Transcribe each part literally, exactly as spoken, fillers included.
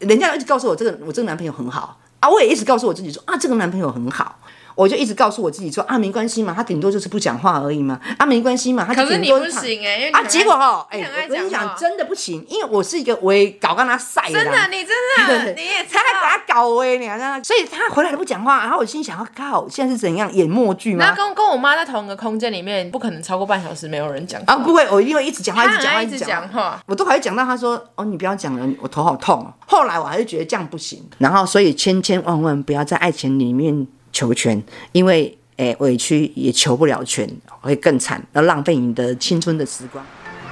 人家一直告诉我这个我这个男朋友很好啊，我也一直告诉我自己说啊，这个男朋友很好。我就一直告诉我自己说啊，没关系嘛，他顶多就是不讲话而已嘛，啊，没关系嘛，他顶多可是你不行哎、欸， 啊，结果哦，哎、 欸， 我跟你讲，真的不行，因为我是一个为搞跟他晒的， 真的，你真的，你也他还把他搞喂你，所以他回来都不讲话，然后我心想，要靠，现在是怎样演默剧吗？ 那跟跟我妈在同一个空间里面，不可能超过半小时没有人讲话啊， 不会，我一定会一直讲话，一直讲话， 一直讲话， 我都还会讲到他说，哦，你不要讲了，我头好痛哦。后来我还是觉得这样不行，然后所以千千万万不要在爱情里面求全，因为。欸、委屈也求不了全，会更惨，要浪费你的青春的时光。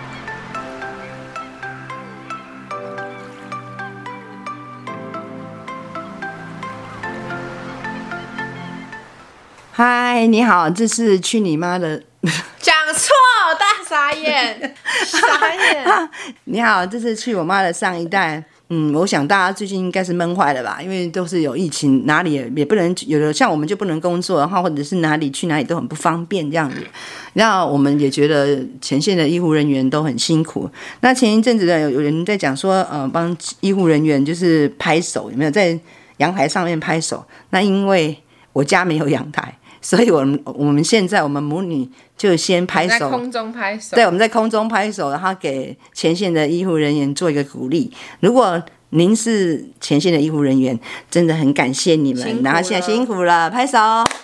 嗨，你好，这是去你妈的！ 讲错，大傻眼，傻眼。 你好，这是去我妈的上一代。嗯，我想大家最近应该是闷坏了吧，因为都是有疫情，哪里 也, 也不能，有的像我们就不能工作，然后或者是哪里去哪里都很不方便这样子。那我们也觉得前线的医护人员都很辛苦。那前一阵子呢，有有人在讲说，呃，帮医护人员就是拍手，有没有在阳台上面拍手？那因为我家没有阳台。所以我们我们现在我们母女就先拍手， 在空中拍手， 对，我们在空中拍手，然后给前线的医护人员做一个鼓励。如果您是前线的医护人员，真的很感谢你们，然后现在辛苦了，拍手。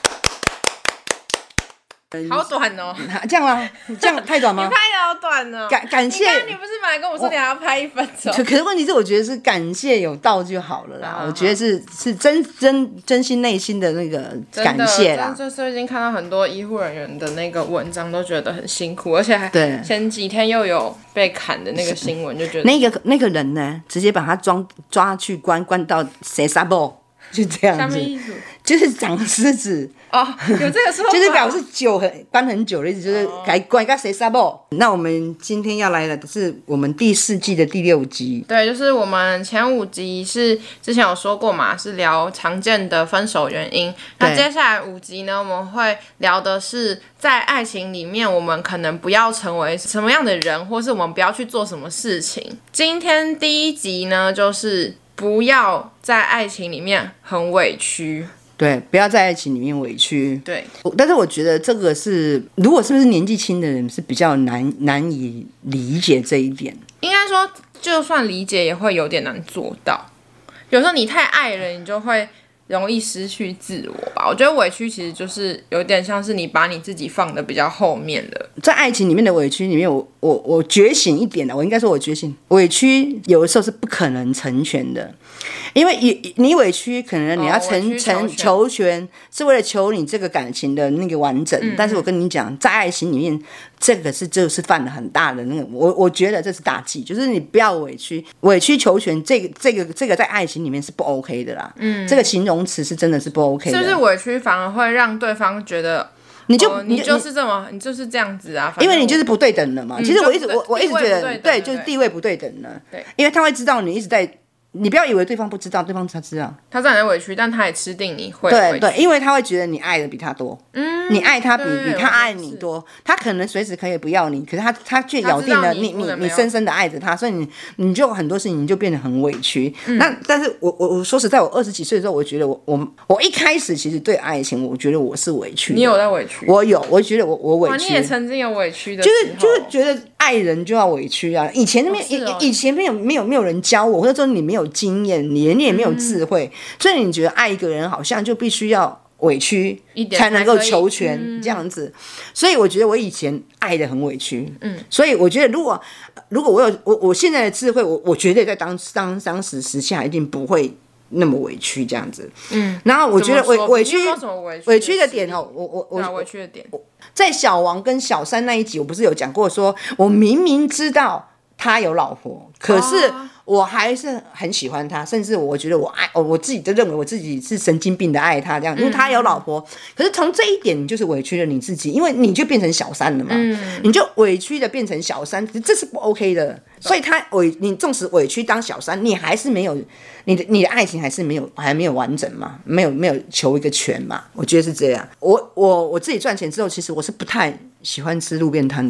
好短哦， 这样吗？这样太短吗？ 你拍的好短哦。 感感谢。 你刚刚你不是本来跟我说你还要拍一分钟？ 可可是问题是，我觉得是感谢有到就好了啦。我觉得是是真真真心内心的那个感谢啦。 就最近看到很多医护人员的那个文章，都觉得很辛苦，而且还对前几天又有被砍的那个新闻，就觉得那个那个人呢，直接把他装抓去关关到谁沙包。就这样子，就是长虱子哦，有这个说法， 就是表示久很关很久的意思，就是该关个谁杀不？那我们今天要来的是我们第四季的第六集， 对，就是我们前五集是之前有说过嘛，是聊常见的分手原因。那接下来五集呢，我们会聊的是在爱情里面，我们可能不要成为什么样的人，或是我们不要去做什么事情。今天第一集呢，就是不要在爱情里面很委屈， 对，不要在爱情里面委屈。 对， 但是我觉得这个是，如果是不是年纪轻的人是比较难难以理解这一点。 应该说，就算理解也会有点难做到。有时候你太爱人，你就会容易失去自我吧。我觉得委屈其实就是有点像是你把你自己放得比较后面了。 在爱情里面的委屈里面，我我我觉醒一点的，我应该说我觉醒，委屈有的时候是不可能成全的。因为你你委屈，可能你要成、哦、成求全，是为了求你这个感情的那个完整。嗯、但是我跟你讲，在爱情里面，这个是就是犯了很大的那个，我我觉得这是大忌，就是你不要委屈，委曲求全，这个这个这个在爱情里面是不 OK 的啦。嗯，这个形容词是真的是不 OK 的。 是不是委屈反而会让对方觉得？ 你就、 哦、你就是这么，你就是这样子啊， 因为你就是不对等了嘛。嗯、其实我一直我我一直觉得， 对， 对，就是地位不对等了。 对， 因为他会知道你一直在。你不要以为对方不知道，对方才知道。 他知道你的委屈，但他也吃定你会委屈。 对对，因为他会觉得你爱的比他多，嗯，你爱他比比他爱你多。他可能随时可以不要你，可是他他却咬定了你你你深深的爱着他，所以你你就很多事情你就变得很委屈。嗯、那但是我我我说实在，我二十几岁的时候，我觉得我我我一开始其实对爱情，我觉得我是委屈的。 你有在委屈？ 我有，我觉得我我委屈。 你也曾经有委屈的时候，就是就是觉得爱人就要委屈啊。以前那边、哦哦、以前没有没有没有人教我，或者说你没有经验，你你也没有智慧，嗯、所以你觉得爱一个人好像就必须要委屈才能够求全、嗯、这样子。所以我觉得我以前爱的很委屈，嗯，所以我觉得如果如果我有我我现在的智慧，我我绝对在当当当时时下一定不会那么委屈这样子，嗯。然后我觉得委委屈委屈的点哦，我我我委屈的点， 在小王跟小三那一集，我不是有讲过说，我明明知道他有老婆，可是我还是很喜欢他，甚至我觉得我爱我自己都认为我自己是神经病的爱他这样，因为他有老婆。嗯、可是从这一点，你就是委屈了你自己，因为你就变成小三了嘛，嗯、你就委屈的变成小三，这是不 OK 的。所以他委你纵使委屈当小三，你还是没有你的你的爱情还是没有还没有完整嘛，没有没有求一个全嘛，我觉得是这样。我我我自己赚钱之后，其实我是不太喜欢吃路边摊的。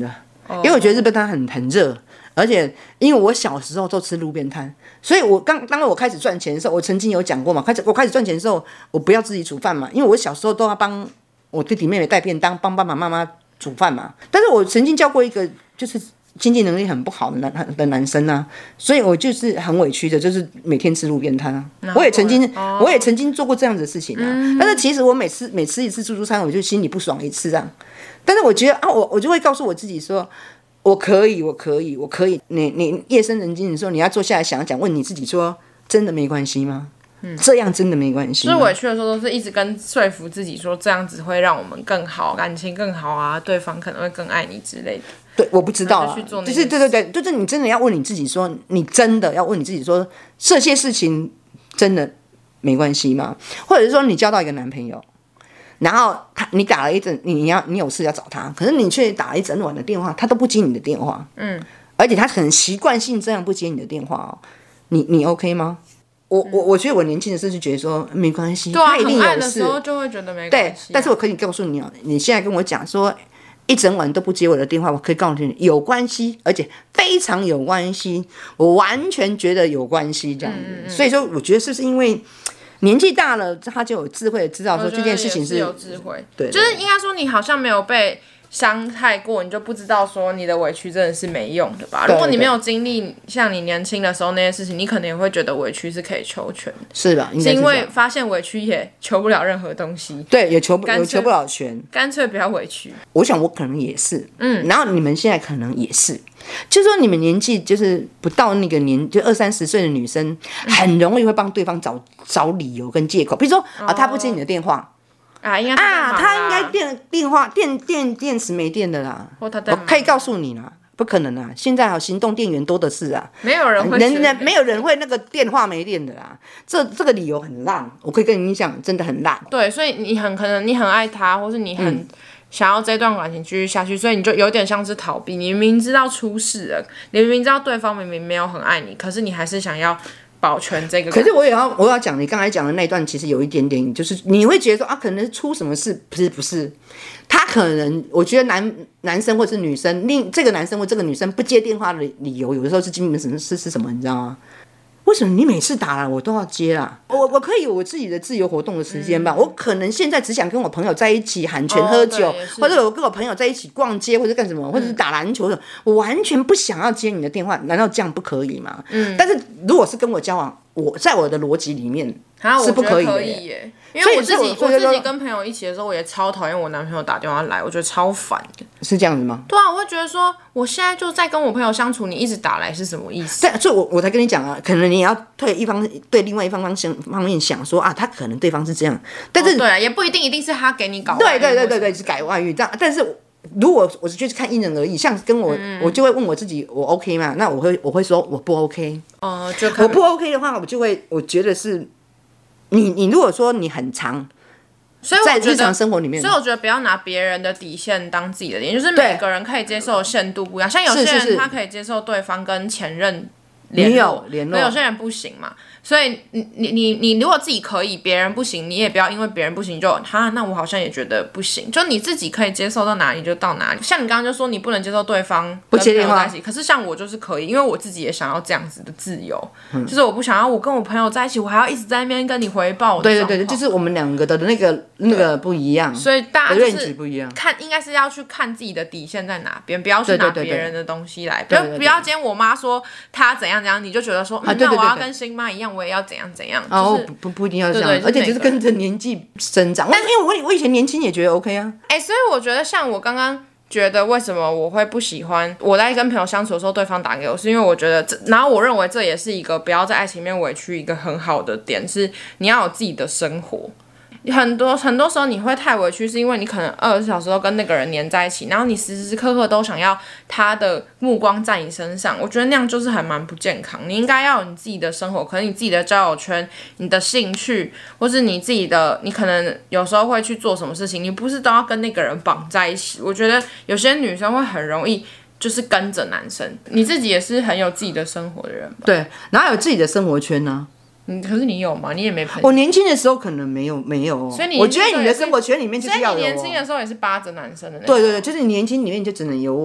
因为我觉得日本摊很很热，而且因为我小时候都吃路边摊，所以我刚当我开始赚钱的时候，我曾经有讲过嘛，开始我开始赚钱的时候，我不要自己煮饭嘛，因为我小时候都要帮我弟弟妹妹带便当，帮爸爸妈妈煮饭嘛。但是我曾经教过一个就是经济能力很不好的男的男生啊，所以我就是很委屈的，就是每天吃路边摊啊。我也曾经、哦、我也曾经做过这样子的事情啊。嗯、但是其实我每次每吃一次自助餐，我就心里不爽一次啊。但是我觉得啊，我我就会告诉我自己说，我可以，我可以，我可以。你你夜深人静的时候，你要坐下来想一想，问你自己说，真的没关系吗？嗯、这样真的没关系吗？ 就是委屈的时候，都是一直跟说服自己说，这样子会让我们更好，感情更好啊，对方可能会更爱你之类的。 对，我不知道啊，就就是对对对，就是你真的要问你自己说，你真的要问你自己说，这些事情真的没关系吗？或者是说，你交到一个男朋友，然后他你打了一整，你要你有事要找他，可是你却打了一整晚的电话，他都不接你的电话，嗯，而且他很习惯性这样不接你的电话哦，你你 OK 吗？我我我觉得我年轻的时候就觉得说没关系， 对啊， 他一定有事， 很爱的时候就会觉得没关系、啊。 对，但是我可以告诉你哦，你现在跟我讲说。一整晚都不接我的电话，我可以告诉你有关系，而且非常有关系，我完全觉得有关系这样子。嗯嗯，所以说，我觉得是不是因为年纪大了，他就有智慧知道说这件事情 是, 是有智慧， 对， 就是应该说你好像没有被伤害过，你就不知道说你的委屈真的是没用的吧？如果你没有经历像你年轻的时候那些事情，你可能也会觉得委屈是可以求全的， 是吧？应该 是, 是因为发现委屈也求不了任何东西， 对，也求不也求不了全， 干脆不要委屈。 我想我可能也是，嗯，然后你们现在可能也是，就是说你们年纪就是不到那个年，就二三十岁的女生，很容易会帮对方找找理由跟借口，比如说、哦、啊，他不接你的电话。 啊，应该啊，他应该电电话电电电池没电的啦。我可以告诉你啦，不可能啊！现在好行动电源多的是啊， 没有人会人没有人会那个电话没电的啦。这这个理由很烂，我可以跟你讲，真的很烂。 对，所以你很可能你很爱他，或是你很想要这段感情继续下去，所以你就有点像是逃避。你明明知道出事了，你明明知道对方明明没有很爱你，可是你还是想要。保全这个， 可是我也要我要讲，你刚才讲的那一段，其实有一点点，就是你会觉得说啊，可能是出什么事，不是不是，他可能我觉得男男生或是女生，另这个男生或这个女生不接电话的理由，有的时候是基本什么是是什么，你知道吗？为什么你每次打了我都要接啊？我我可以有我自己的自由活动的时间吧、嗯？我可能现在只想跟我朋友在一起喊拳喝酒，哦、或者我跟我朋友在一起逛街，或者干什么，或者是打篮球的、嗯，我完全不想要接你的电话，难道这样不可以吗？嗯。但是如果是跟我交往，我在我的逻辑里面是不可以的。 可以耶，因为我自己我自己跟朋友一起的时候，我也超讨厌我男朋友打电话来，我觉得超烦的。 是这样子吗？ 对啊，我会觉得说，我现在就在跟我朋友相处，你一直打来是什么意思？ 对，所以我我才跟你讲啊，可能你也要退一方对另外一方方想方面想说啊，他可能对方是这样，但是、 哦、对啊，也不一定一定是他给你搞外遇。 对对对对对，是改外遇，但但是。如果我就是看因人而异，像跟我、嗯，我就会问我自己，我 OK 吗？那我会我会说我不 OK。 哦，就我不 OK 的话，我就会我觉得是，你你如果说你很长， 所以在日常生活里面， 所以我觉得不要拿别人的底线当自己的底线，就是每个人可以接受的限度不一样。像有些人他可以接受对方跟前任联络， 联络， 有些人不行嘛。所以你你你你如果自己可以，别人不行，你也不要因为别人不行就哈，那我好像也觉得不行。就你自己可以接受到哪里就到哪里。像你刚刚就说你不能接受对方不接电话， 可是像我就是可以，因为我自己也想要这样子的自由，嗯、就是我不想要我跟我朋友在一起，我还要一直在那边跟你回报我的。 对对对，就是我们两个的那个那个不一样， 所以大家就是不一样， 看应该是要去看自己的底线在哪边，不要去拿别人的东西来， 对对对对， 不要今天我妈说她怎样怎样，你就觉得说，嗯啊、对对对对，那我要跟新妈一样，我也要怎样怎样。 哦，不不不一定要这样， 对对， 而且就是跟着年纪生长。但是因为我我以前年轻也觉得 OK 啊， 哎、欸，所以我觉得像我刚刚觉得为什么我会不喜欢我在跟朋友相处的时候对方打给我，是因为我觉得这，然后我认为这也是一个不要在爱情里面委屈一个很好的点，是你要有自己的生活。很多很多时候你会太委屈，是因为你可能二十四小时都跟那个人黏在一起，然后你时时刻刻都想要他的目光在你身上，我觉得那样就是还蛮不健康。你应该要有你自己的生活，可能你自己的交友圈、你的兴趣，或是你自己的，你可能有时候会去做什么事情，你不是都要跟那个人绑在一起。我觉得有些女生会很容易就是跟着男生，你自己也是很有自己的生活的人吧？ 对，哪有自己的生活圈呢、啊？ 嗯，可是你有吗？你也没朋友。 我年轻的时候可能没有，没有、哦。 所以你， 我觉得你的生活圈里面就是要有、哦。 所以你年轻的时候也是扒着男生的那种。 对对对，就是你年轻里面就只能有我。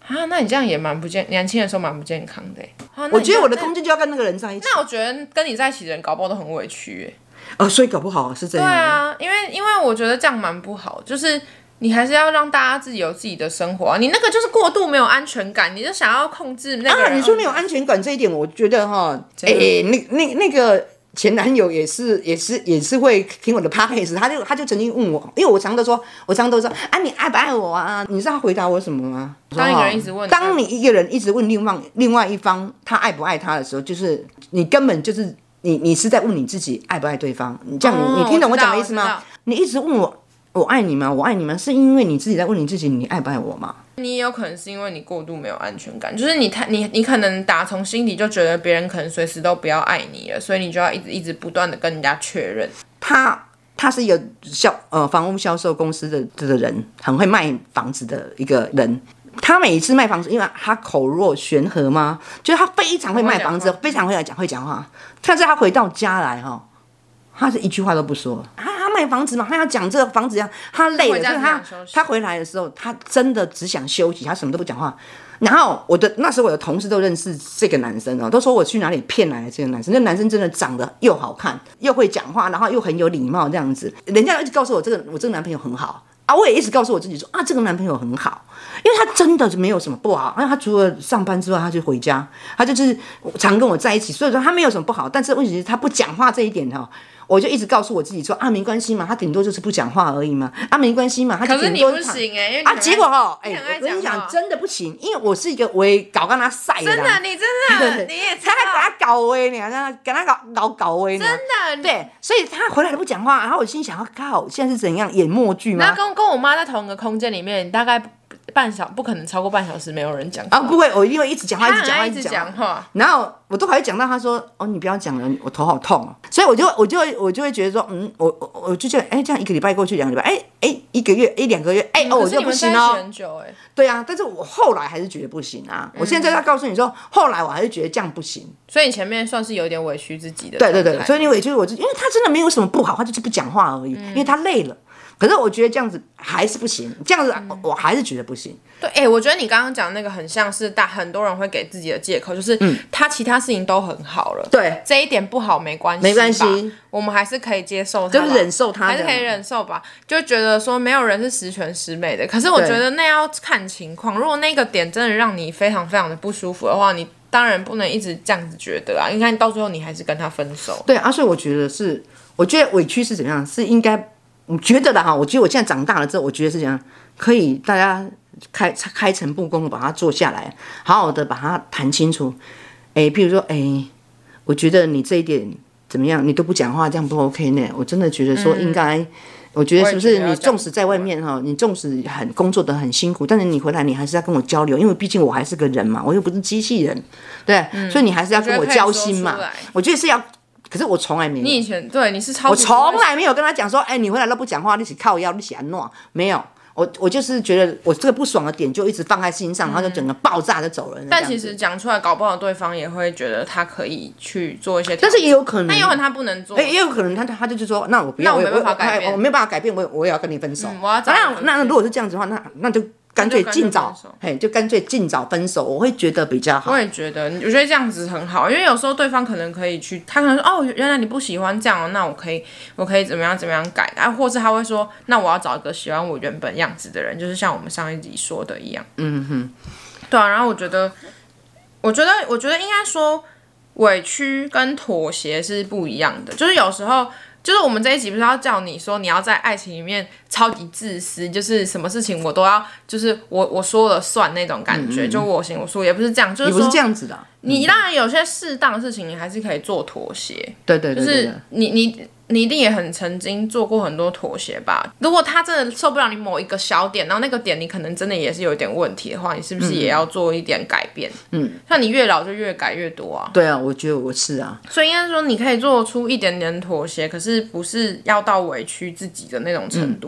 啊，那你这样也蛮不健，年轻的时候蛮不健康的欸。啊、 我觉得我的空间就要跟那个人在一起。 那我觉得跟你在一起的人搞不好都很委屈哎。 哦，所以搞不好是这样。 对啊，因为因为我觉得这样蛮不好，就是你还是要让大家自己有自己的生活啊。你那个就是过度没有安全感，你就想要控制那个人。 啊，你说没有安全感这一点，我觉得哈，哎、欸，那那那个。前男友也是也是也是会听我的 podcast， 他就他就曾经问我，因为我常都说，我常都说啊，你爱不爱我啊？你知道他回答我什么吗？ 当一个人一直问， 当你一个人一直问另外另外一方他爱不爱他的时候，就是你根本就是你你是在问你自己爱不爱对方。你这样、哦、你听懂我讲的意思吗？你一直问我我爱你吗？我爱你吗？是因为你自己在问你自己，你爱不爱我吗？ 你也有可能是因为你过度没有安全感，就是你太你你可能打从心底就觉得别人可能随时都不要爱你了，所以你就要一直一直不断的跟人家确认。 他他是一个销呃房屋销售公司的的人，很会卖房子的一个人。他每一次卖房子，因为他口若悬河嘛，就是他非常会卖房子，非常会来讲会讲话。但是他回到家来哈，他是一句话都不说。他卖房子嘛，他要讲这个房子，他累了，所以他他回来的时候，他真的只想休息，他什么都不讲话。然后我的那时候我的同事都认识这个男生哦，都说我去哪里骗来的这个男生。那男生真的长得又好看，又会讲话，然后又很有礼貌这样子。人家一直告诉我这个我这个男朋友很好啊，我也一直告诉我自己说啊，这个男朋友很好，因为他真的没有什么不好。因为他除了上班之外，他就回家，他就是常跟我在一起，所以说他没有什么不好。但是问题是他不讲话这一点哈。我就一直告诉我自己说啊，没关系嘛，他顶多就是不讲话而已嘛，啊，没关系嘛，他就顶多。 可是你不行哎、欸， 啊，结果哈，哎、 欸， 我跟你讲，真的不行，因为我是一个为搞跟他晒的。 真的，你真的，你也他还把他搞威呢，跟他搞搞搞威呢。 真的， 对，所以他回来都不讲话，然后我心想，要靠，现在是怎样演默剧吗？ 那跟跟我妈在同一个空间里面，大概。半小不可能超过半小时没有人讲话啊，不会，我一定会一直讲话，一直讲话， 一直讲话。 然后我都还会讲到他说：“哦，你不要讲了，我头好痛哦。”所以我就我就会我就会觉得说，嗯，我我我就觉得，哎，这样一个礼拜过去，两个礼拜，哎哎，一个月，一两个月，哎、嗯，哦，我就不行哦。 很久哎。 对啊，但是我后来还是觉得不行啊。嗯、我现在要告诉你说，后来我还是觉得这样不行。 所以你前面算是有点委屈自己的。 对对对，所以你委屈我自己，因为他真的没有什么不好，他就是不讲话而已，嗯、因为他累了。可是我觉得这样子还是不行，这样子我还是觉得不行。 对，哎、欸，我觉得你刚刚讲那个很像是大很多人会给自己的借口，就是他其他事情都很好了， 对， 这一点不好没关系， 没关系， 我们还是可以接受他， 就是忍受他， 还是可以忍受吧。就觉得说没有人是十全十美的，可是我觉得那要看情况。如果那个点真的让你非常非常的不舒服的话，你当然不能一直这样子觉得啊，因为到最后你还是跟他分手。 对啊，所以我觉得是，我觉得委屈是怎么样，是应该。我觉得啦哈，我觉得我现在长大了之后，我觉得是这样，可以大家开开诚布公的把它做下来，好好的把它谈清楚。哎，譬如说，哎，我觉得你这一点怎么样，你都不讲话，这样不 OK 呢？我真的觉得说应该，嗯、我觉得是不是你纵使在外面哈，你纵使很工作的很辛苦，但是你回来你还是要跟我交流，因为毕竟我还是个人嘛，我又不是机器人，对，嗯、所以你还是要跟我交心嘛。我觉得是要。可是我从来没有， 你以前对你是超， 我从来没有跟他讲说，哎、欸，你回来都不讲话，你是靠腰，你是安诺，没有，我我就是觉得我这个不爽的点就一直放在心上，嗯、然后就整个爆炸就走了。 但其实讲出来，搞不好对方也会觉得他可以去做一些， 但是也有可能， 但也有可能他不能做， 哎、欸，也有可能他他就是说，那我不要， 那我没办法改变， 我, 我, 我没办法改变，我我也要跟你分手。 嗯、我要找那那如果是这样子的话，那那就。干脆尽早，嘿，就干脆尽早分手，我会觉得比较好。 我也觉得，我觉得这样子很好，因为有时候对方可能可以去，他可能说，哦，原来你不喜欢这样哦，那我可以，我可以怎么样怎么样改，啊，或是他会说，那我要找一个喜欢我原本样子的人，就是像我们上一集说的一样。 嗯哼， 对啊，然后我觉得，我觉得，我觉得应该说，委屈跟妥协是不一样的，就是有时候。就是我们这一集不是要叫你说你要在爱情里面超级自私，就是什么事情我都要，就是我我说了算那种感觉，嗯嗯就我行我素，也不是这样，就是说也不是这样子的、啊。嗯、 你当然有些适当的事情，你还是可以做妥协。 对对对, 对, 对， 就是你你你一定也很曾经做过很多妥协吧？如果他真的受不了你某一个小点，然后那个点你可能真的也是有一点问题的话，你是不是也要做一点改变？嗯，像你越老就越改越多啊。 对啊，我觉得我是啊。 所以应该说你可以做出一点点妥协，可是不是要到委屈自己的那种程度。嗯、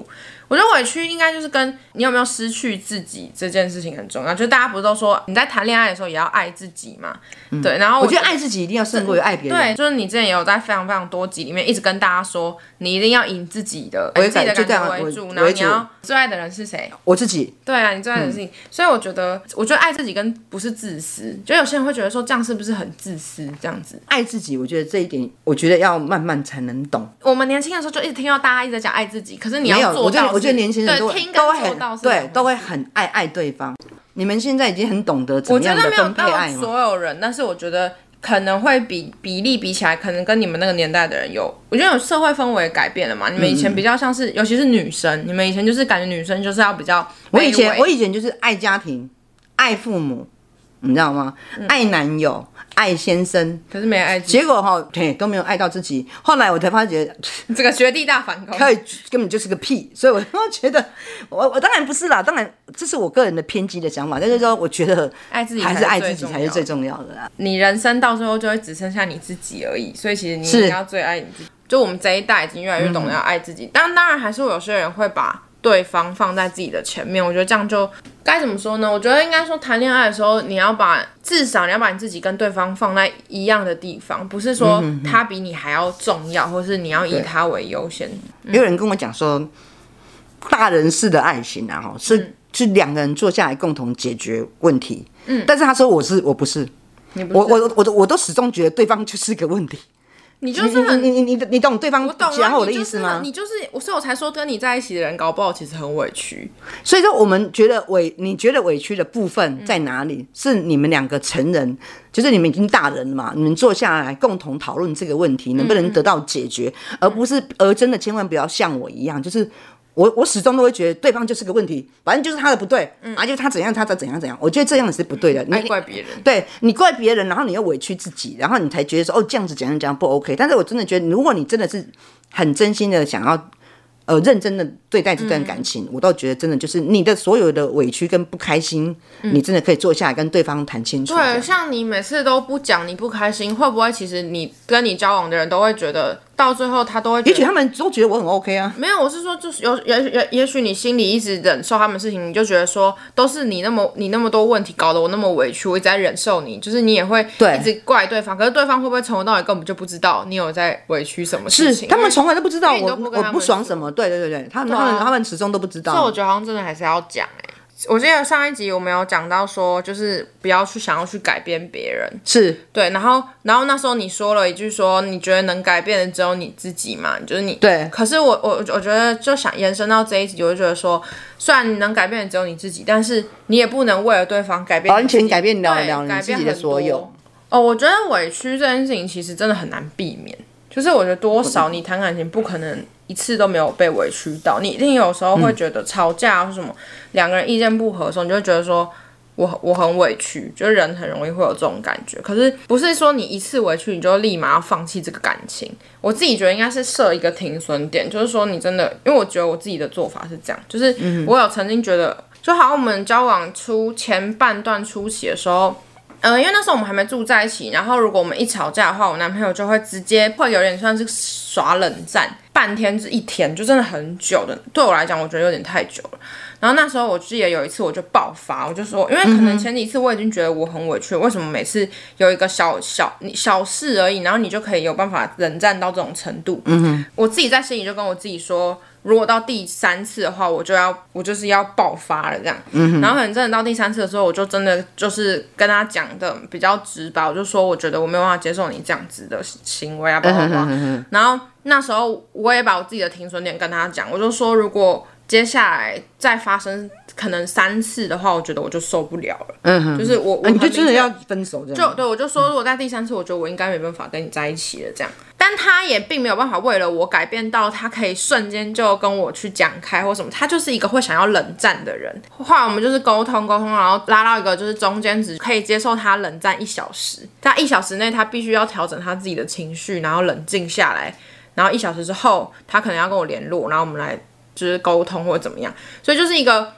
我觉得委屈应该就是跟你有没有失去自己这件事情很重要。就大家不是都说你在谈恋爱的时候也要爱自己嘛？嗯、对，然后我, 我觉得爱自己一定要胜过于爱别人。 对，就是你之前也有在非常非常多集里面一直跟大家说，你一定要以自己的以自己的感觉为主，然后你要最爱的人是谁？ 我自己。 对啊，你最爱的人是你。嗯、所以我觉得，我觉得爱自己跟不是自私，就有些人会觉得说这样是不是很自私？这样子爱自己，我觉得这一点，我觉得要慢慢才能懂。 我们年轻的时候就一直听到大家一直在讲爱自己，可是你要做到， 我觉得我觉得年轻人都对听都会很对都会很爱爱对方。你们现在已经很懂得怎么样的分配爱吗？ 我觉得没有到所有人，但是我觉得可能会比比例比起来，可能跟你们那个年代的人有，我觉得有社会氛围改变了嘛。你们以前比较像是，嗯、尤其是女生，你们以前就是感觉女生就是要比较， 我以前我以前就是爱家庭、爱父母，你知道吗？嗯、爱男友。爱先生， 可是没爱自己， 结果哈，对，都没有爱到自己。后来我才发觉， 这个学弟大反攻， 可以根本就是个屁。所以我觉得，我我当然不是啦，当然这是我个人的偏激的想法。但是说，我觉得爱自己还是爱自己才是最重要的啦。 你人生到最后就会只剩下你自己而已，所以其实你一定要最爱你自己。就我们这一代已经越来越懂得要爱自己，嗯、但当然还是有些人会把对方放在自己的前面。我觉得这样就该怎么说呢？我觉得应该说谈恋爱的时候，你要把至少你要把你自己跟对方放在一样的地方，不是说他比你还要重要，或是你要以他为优先。 嗯、有人跟我讲说，大人式的爱情啊，是、嗯、是两个人坐下来共同解决问题。嗯，但是他说我是我不是， 你不是我我我我都始终觉得对方就是个问题。 你就是很你你你你你懂对方讲我的意思吗？ 你就是，所以我才说跟你在一起的人搞不好其实很委屈。 所以说我们觉得委，你觉得委屈的部分在哪里？嗯、是你们两个成人，就是你们已经大人了嘛，你们坐下来共同讨论这个问题能不能得到解决，嗯、而不是而真的千万不要像我一样，就是。我我始终都会觉得对方就是个问题，反正就是他的不对，嗯、啊，就是他怎样，他怎样怎样。我觉得这样是不对的。 你怪别人， 对你怪别人，然后你又委屈自己，然后你才觉得说哦这样子怎样怎样不 OK。但是我真的觉得，如果你真的是很真心的想要，呃，认真的对待这段感情，嗯、我倒觉得真的就是你的所有的委屈跟不开心，嗯、你真的可以坐下来跟对方谈清楚。 对，像你每次都不讲你不开心，会不会其实你跟你交往的人都会觉得？到最后他都会觉得， 也许他们都觉得我很 OK 啊。 没有，我是说，就是有也也也许你心里一直忍受他们的事情，你就觉得说都是你那么你那么多问题搞得我那么委屈，我一直在忍受你，就是你也会一直怪对方。可是对方会不会从头到尾根本就不知道你有在委屈什么事情？ 是他们从来都不知道我不我不爽什么。对对对对，他们、啊、他们他们始终都不知道。 所以我觉得好像真的还是要讲哎、欸。我记得上一集我们有讲到说，就是不要去想要去改变别人， 是对，然后然后那时候你说了一句说，你觉得能改变的只有你自己嘛，就是你对。 可是我我我觉得就想延伸到这一集，我就觉得说，虽然你能改变的只有你自己，但是你也不能为了对方改变完全改变了了你自己的所有。 哦，我觉得委屈这件事情其实真的很难避免，就是我觉得多少你谈感情不可能一次都没有被委屈到，你一定有时候会觉得吵架或什么，两、嗯、个人意见不合的时候，你就会觉得说我我很委屈，就是人很容易会有这种感觉。可是不是说你一次委屈你就立马要放弃这个感情，我自己觉得应该是设一个停损点，就是说你真的，因为我觉得我自己的做法是这样，就是我有曾经觉得，就好像我们交往初前半段初期的时候。呃，因为那时候我们还没住在一起，然后如果我们一吵架的话，我男朋友就会直接会有点像是耍冷战，半天至一天，就真的很久的。对我来讲，我觉得有点太久了。然后那时候我记得有一次我就爆发，我就说，因为可能前几次我已经觉得我很委屈，为什么每次有一个小小小事而已，然后你就可以有办法冷战到这种程度？嗯哼，我自己在心里就跟我自己说。如果到第三次的话，我就要我就是要爆发了这样，嗯、然后可能真的到第三次的时候，我就真的就是跟他讲的比较直白，我就说我觉得我没有办法接受你这样子的行为啊，包括包括，然后那时候我也把我自己的停损点跟他讲，我就说如果接下来再发生可能三次的话，我觉得我就受不了了，嗯哼，就是我我、啊、 你就真的要分手这样， 就对我就说如果在第三次，我觉得我应该没办法跟你在一起了这样。但他也并没有办法为了我改变到他可以瞬间就跟我去讲开或什么，他就是一个会想要冷战的人。后来我们就是沟通沟通，然后拉到一个就是中间值可以接受他冷战一小时，在一小时内他必须要调整他自己的情绪，然后冷静下来，然后一小时之后他可能要跟我联络，然后我们来就是沟通或者怎么样。所以就是一个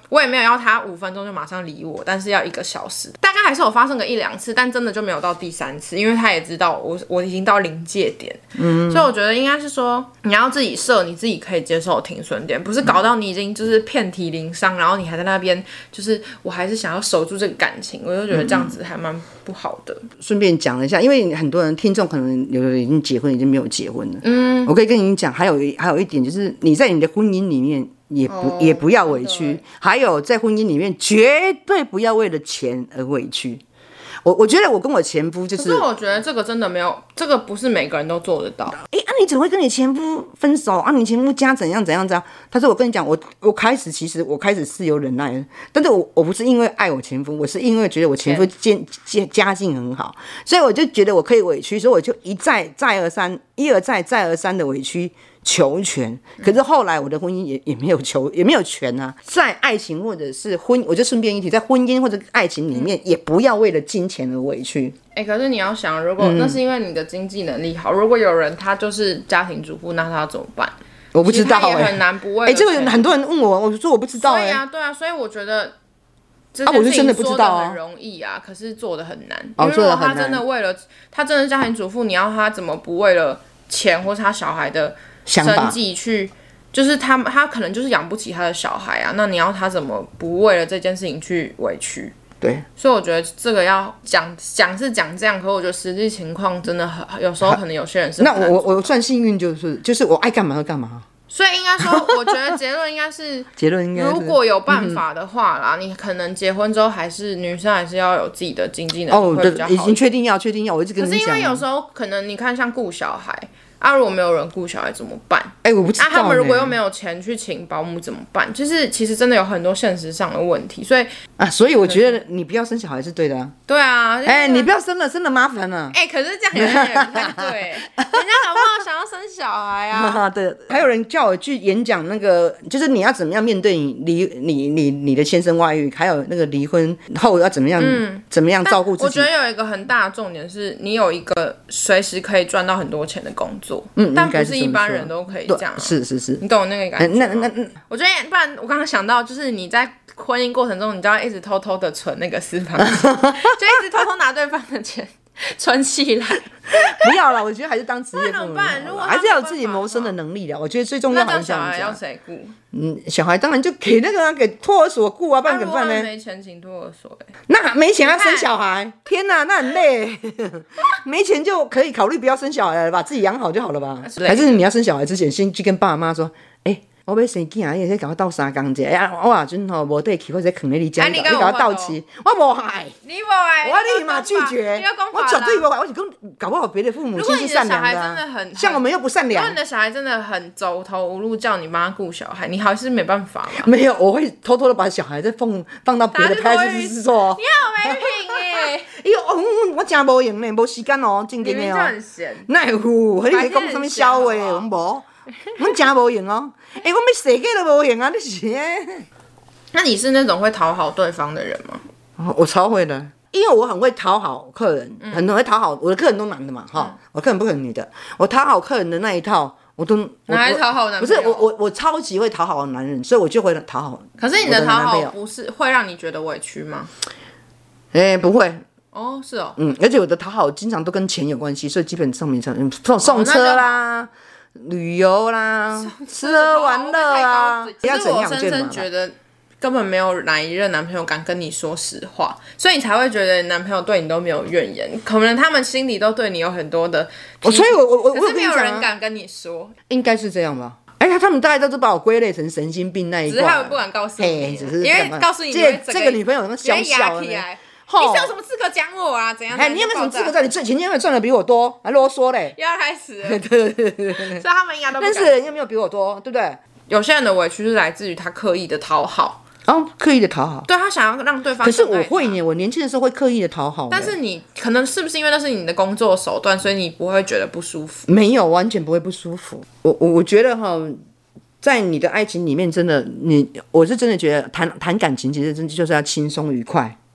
我也没有要他五分钟就马上理我，但是要一个小时，大概还是有发生个一两次，但真的就没有到第三次，因为他也知道我我已经到临界点，嗯，所以我觉得应该是说你要自己设你自己可以接受的停损点，不是搞到你已经就是遍体鳞伤，然后你还在那边就是我还是想要守住这个感情，我就觉得这样子还蛮不好的。 顺便讲了一下，因为很多人听众可能有的已经结婚，已经没有结婚了，嗯，我可以跟你讲，还有还有一点就是你在你的婚姻里面。也不、哦、也不要委屈，还有在婚姻里面绝对不要为了钱而委屈。我我觉得我跟我前夫就是， 可是我觉得这个真的没有，这个不是每个人都做得到。 哎啊，你怎么会跟你前夫分手啊？你前夫家怎样怎样怎样？他说我跟你讲，我我开始其实我开始是有忍耐的，但是我我不是因为爱我前夫，我是因为觉得我前夫家家家境很好，所以我就觉得我可以委屈，所以我就一再再而三，一而再再而三的委屈。求全，可是后来我的婚姻也也没有求，也没有全啊。在爱情或者是婚，我就顺便一提，在婚姻或者爱情里面，也不要为了金钱而委屈。 哎、欸，可是你要想，如果、嗯、那是因为你的经济能力好，如果有人他就是家庭主妇，那他要怎么办？ 我不知道、欸， 也很难不为了钱。 哎、欸，这个很多人问我，我说我不知道、欸。 对啊，对啊，所以我觉得。啊，我是真的不知道啊。很容易啊，可是做的很难。哦，因为如果他真的为了他真的是家庭主妇，你要他怎么不为了钱或是他小孩的生计去，就是他他可能就是养不起他的小孩啊，那你要他怎么不为了这件事情去委屈？ 对， 所以我觉得这个要讲讲是讲这样，可是我觉得实际情况真的很有时候可能有些人是那我我算幸运，就是就是我爱干嘛就干嘛。 所以应该说，我觉得结论应该是， 结论应该是， 如果有办法的话啦，嗯、你可能结婚之后还是女生还是要有自己的经济能力会比较好。 哦，已经确定要确定要，我一直跟你讲。 可是因为有时候可能你看像顾小孩。啊，如果没有人顾小孩怎么办？ 哎、欸，我不知道、欸。 啊，他们如果又没有钱去请保姆怎么办？就是其实真的有很多现实上的问题，所以啊，所以我觉得你不要生小孩是对的啊。 对啊，哎、 就是欸，你不要生了，生了麻烦了。 哎、欸，可是这样有点不太对，人家好不好想要生小孩啊？ 对，还有人叫我去演讲，那个就是你要怎么样面对你离你你你的先生外遇，还有那个离婚后要怎么样、嗯、怎么样照顾自己。 我觉得有一个很大的重点是你有一个随时可以赚到很多钱的工作，嗯，但不是。是一般人都可以这样、啊， 是是是， 你懂那个感觉、 呃、那那那， 我觉得不然，我刚刚想到，就是你在婚姻过程中，你就要一直偷偷的存那个私房钱，就一直偷偷拿对方的钱存起来。 不要了，我觉得还是当职业父母好了，还是要有自己谋生的能力的。我觉得最重要还是这样讲。那小孩要谁顾？ 嗯，小孩当然就给那个、啊、给托儿所顾啊，不然怎么办呢？ 没钱请托儿所、欸， 那没钱要生小孩，天哪，那很累。没钱就可以考虑不要生小孩了吧，自己养好就好了吧？还是你要生小孩之前，先去跟爸妈说，哎、欸。我要生囝啊！你先给我斗三工者，啊，我啊阵吼无地去，我再藏在你家，你给我斗气，我无害， 你无害， 我立马拒绝，我绝对无害，我是讲搞不好别的父母亲是善良的、啊，像我们又不善良。 如果你的小孩真的很走投无路，叫你帮他顾小孩，你还是没办法嘛？ 没有，我会偷偷的把小孩再放放到别的派出所。 你好没品耶！ 哎呦，我我真无用呢，无时间哦，正经的哦。那有，你是讲什么笑话？我无。我真无用哦！哎、欸，我要设计都无用啊！你是？ 那你是那种会讨好对方的人吗？ 哦、我超会的，因为我很会讨好客人，嗯、很会讨好我的客人都男的嘛，哈、嗯，我客人不可能女的。我讨好客人的那一套，我都拿来讨好男朋友。 不是我我我超级会讨好男人，所以我就会讨好。 可是你的讨好不是会让你觉得委屈吗？ 哎、欸，不会。 哦，是哦。 嗯，而且我的讨好经常都跟钱有关系，所以基本上没常送送车啦。哦旅游啦，吃喝玩乐啊， 可是我深深觉得根本没有哪一任男朋友敢跟你说实话，所以你才会觉得你男朋友对你都没有怨言，可能他们心里都对你有很多的， 所以我我我可是没有人敢跟你说， 应该是这样吧？哎、欸，他们大概都是把我归类成神经病那一挂， 只是他们不敢告诉你， 只是因为告诉你这这个女朋友那么小小的。 你是有什么资格讲我啊？怎样？ 哎，你有没有什么资格在？你赚钱，你有没有赚的比我多？还啰嗦嘞！ 又要开始了。 对对对对对。 所以他们应该都不敢。 认识的人有没有比我多？对不对？ 有些人的委屈是来自于他刻意的讨好。 哦，刻意的讨好。 对，他想要让对方。 可是我会呢，我年轻的时候会刻意的讨好。 但是你可能是不是因为那是你的工作手段，所以你不会觉得不舒服？ 没有，完全不会不舒服。我我我觉得哈。在你的爱情里面，真的，你我是真的觉得谈谈感情，其实真的就是要轻松愉快。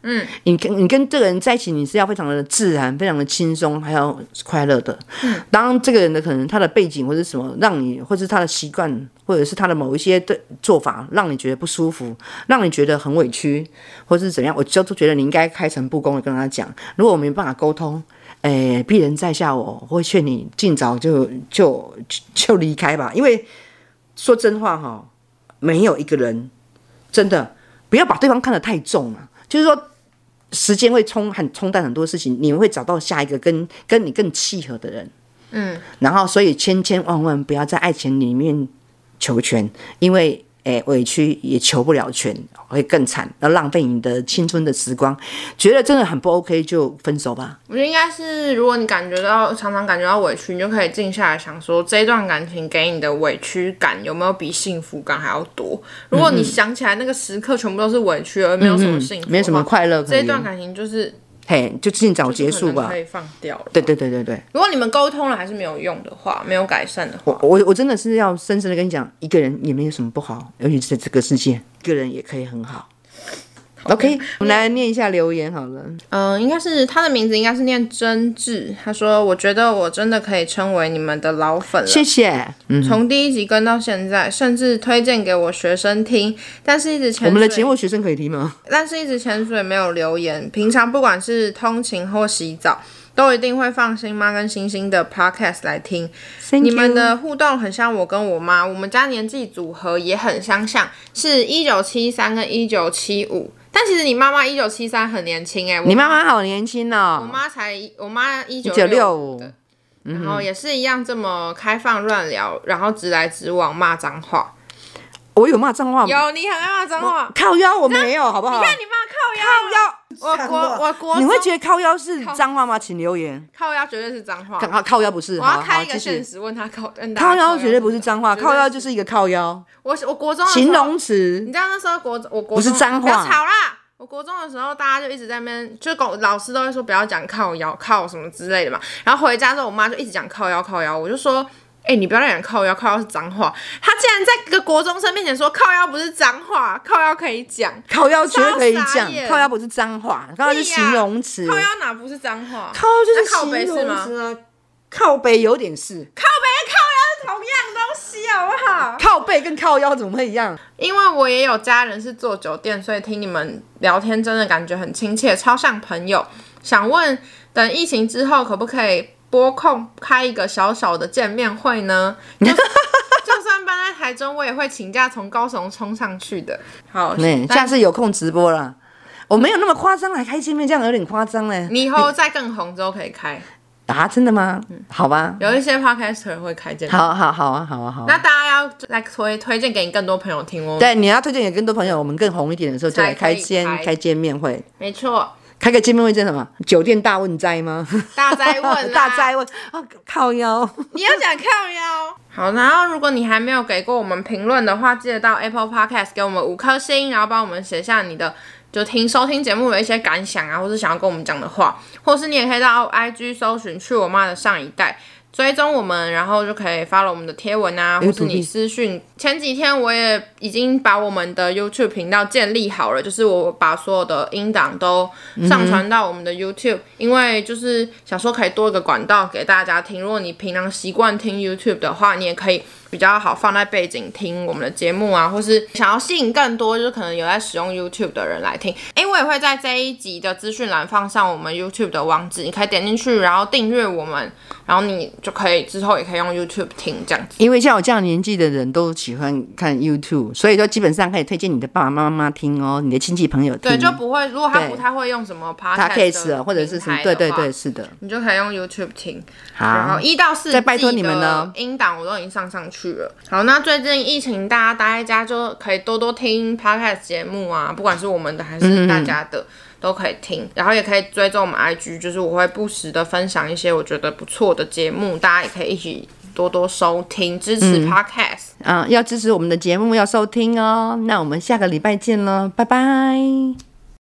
嗯，你跟你跟这个人在一起，你是要非常的自然，非常的轻松，还要快乐的。嗯，当这个人的可能他的背景或者什么，让你或是他的习惯，或者是他的某一些的做法，让你觉得不舒服，让你觉得很委屈，或是怎样，我就都觉得你应该开诚布公的跟他讲。如果我没办法沟通，诶，鄙人在下，我会劝你尽早就就就离开吧，因为说真话哈，没有一个人真的不要把对方看得太重了，就是说时间会冲很冲淡很多事情，你会找到下一个跟跟你更契合的人，嗯，然后所以千千万万不要在爱情里面求全，因为诶委屈也求不了全，会更惨，要浪费你的青春的时光，觉得真的很不 OK 就分手吧。 我觉得应该是，如果你感觉到常常感觉到委屈，你就可以静下来想说，这一段感情给你的委屈感有没有比幸福感还要多？如果你想起来那个时刻全部都是委屈，而没有什么幸福， 嗯嗯没有什么快乐可言， 这一段感情就是嘿，就尽早结束吧， 可以放掉了。 对对对对对。 如果你们沟通了还是没有用的话，没有改善的话， 我我我真的是要深深的跟你讲，一个人也没有什么不好，尤其是在这个世界，一个人也可以很好。OK， 我们来念一下留言好了。 嗯、呃，应该是他的名字应该是念真挚。他说：“我觉得我真的可以称为你们的老粉了， 谢谢。嗯， 从第一集跟到现在，甚至推荐给我学生听，但是一直潜水。 我们的节目学生可以听吗？ 但是一直潜水没有留言。平常不管是通勤或洗澡，都一定会放星妈跟星星的 podcast 来听。你们的互动很像我跟我妈，我们家年纪组合也很相像，是一九七三跟一九七五。”但其实你妈妈一九七三很年轻哎、欸， 你妈妈好年轻哦。 我妈才，我妈一九六五的，然后也是一样这么开放乱聊，然后直来直往骂脏话。 我有骂脏话吗？ 有，你很爱骂脏话。 靠腰我没有，好不好？ 你看你骂靠腰，靠腰。我国我国， 你会觉得靠腰是脏话吗？请留言。 靠腰绝对是脏话。 靠靠腰不是。 我要开一个现实问他靠， 靠腰绝对不是脏话，靠腰就是一个靠腰。 我我国中形容词。 你知道那时候国我国不是脏话。 不要吵啦。我国中的时候，大家就一直在那边，就老师都会说不要讲靠腰、靠什么之类的嘛。然后回家之后，我妈就一直讲靠腰、靠腰，我就说，哎、欸，你不要再讲靠腰，靠腰是脏话。她竟然在一个国中生面前说靠腰不是脏话，靠腰可以讲， 靠腰绝对可以讲，靠腰不是脏话，靠腰是形容词。 靠腰哪不是脏话？ 靠腰就是靠北是吗？ 靠北有点是。 靠北跟靠腰是同样东西，好不好？ 靠背跟靠腰怎么会一样？ 因为我也有家人是做酒店，所以听你们聊天真的感觉很亲切，超像朋友。想问，等疫情之后可不可以拨空开一个小小的见面会呢？就, 就算搬在台中，我也会请假从高雄冲上去的。好， 嗯，下次有空直播了。我没有那么夸张，来开见面，这样有点夸张嘞。 你以后再更红之后可以开。 啊，真的吗？嗯、好吧， 有一些 podcaster 会开见面。 好好好啊，好啊，好啊。 那大家要来推推荐给你更多朋友听哦。 对，你要推荐给更多朋友，我们更红一点的时候就来开见开见面会。 没错， 开个见面会叫什么？酒店大问斋吗？ 大哉问， 大哉问啊，靠腰。 你要讲靠腰。好，然后如果你还没有给过我们评论的话，记得到 Apple Podcast 给我们五颗星，然后帮我们写下你的。就听收听节目的一些感想啊，或是想要跟我们讲的话，或是你也可以到 I G 搜寻去我妈的上一代，追踪我们，然后就可以 follow 我们的贴文啊，或是你私讯。前几天我也已经把我们的 YouTube 频道建立好了，就是我把所有的音档都上传到我们的 YouTube，、嗯、因为就是想说可以多一个管道给大家听。如果你平常习惯听 YouTube 的话，你也可以比较好放在背景听我们的节目啊，或是想要吸引更多就是可能有在使用 YouTube 的人来听。因为我也会在这一集的资讯栏放上我们 YouTube 的网址，你可以点进去，然后订阅我们，然后你就可以之后也可以用 YouTube 听这样子。 因为像我这样年纪的人都喜欢看 YouTube， 所以说基本上可以推荐你的爸爸妈妈听哦，你的亲戚朋友听。 对，就不会，如果他不太会用什么 Podcast 的、 啊、或者是什么，对对对，是的， 你就可以用 YouTube 听。 好， 然后一到四再拜托你们呢， 音档我都已经上上去了。好，那最近疫情大家待在家，就可以多多听 Podcast 节目啊，不管是我们的还是大家的。嗯嗯都可以听，然后也可以追踪我们 I G， 就是我会不时的分享一些我觉得不错的节目，大家也可以一起多多收听，支持 Podcast。 嗯，要支持我们的节目，要收听哦。那我们下个礼拜见咯，拜拜。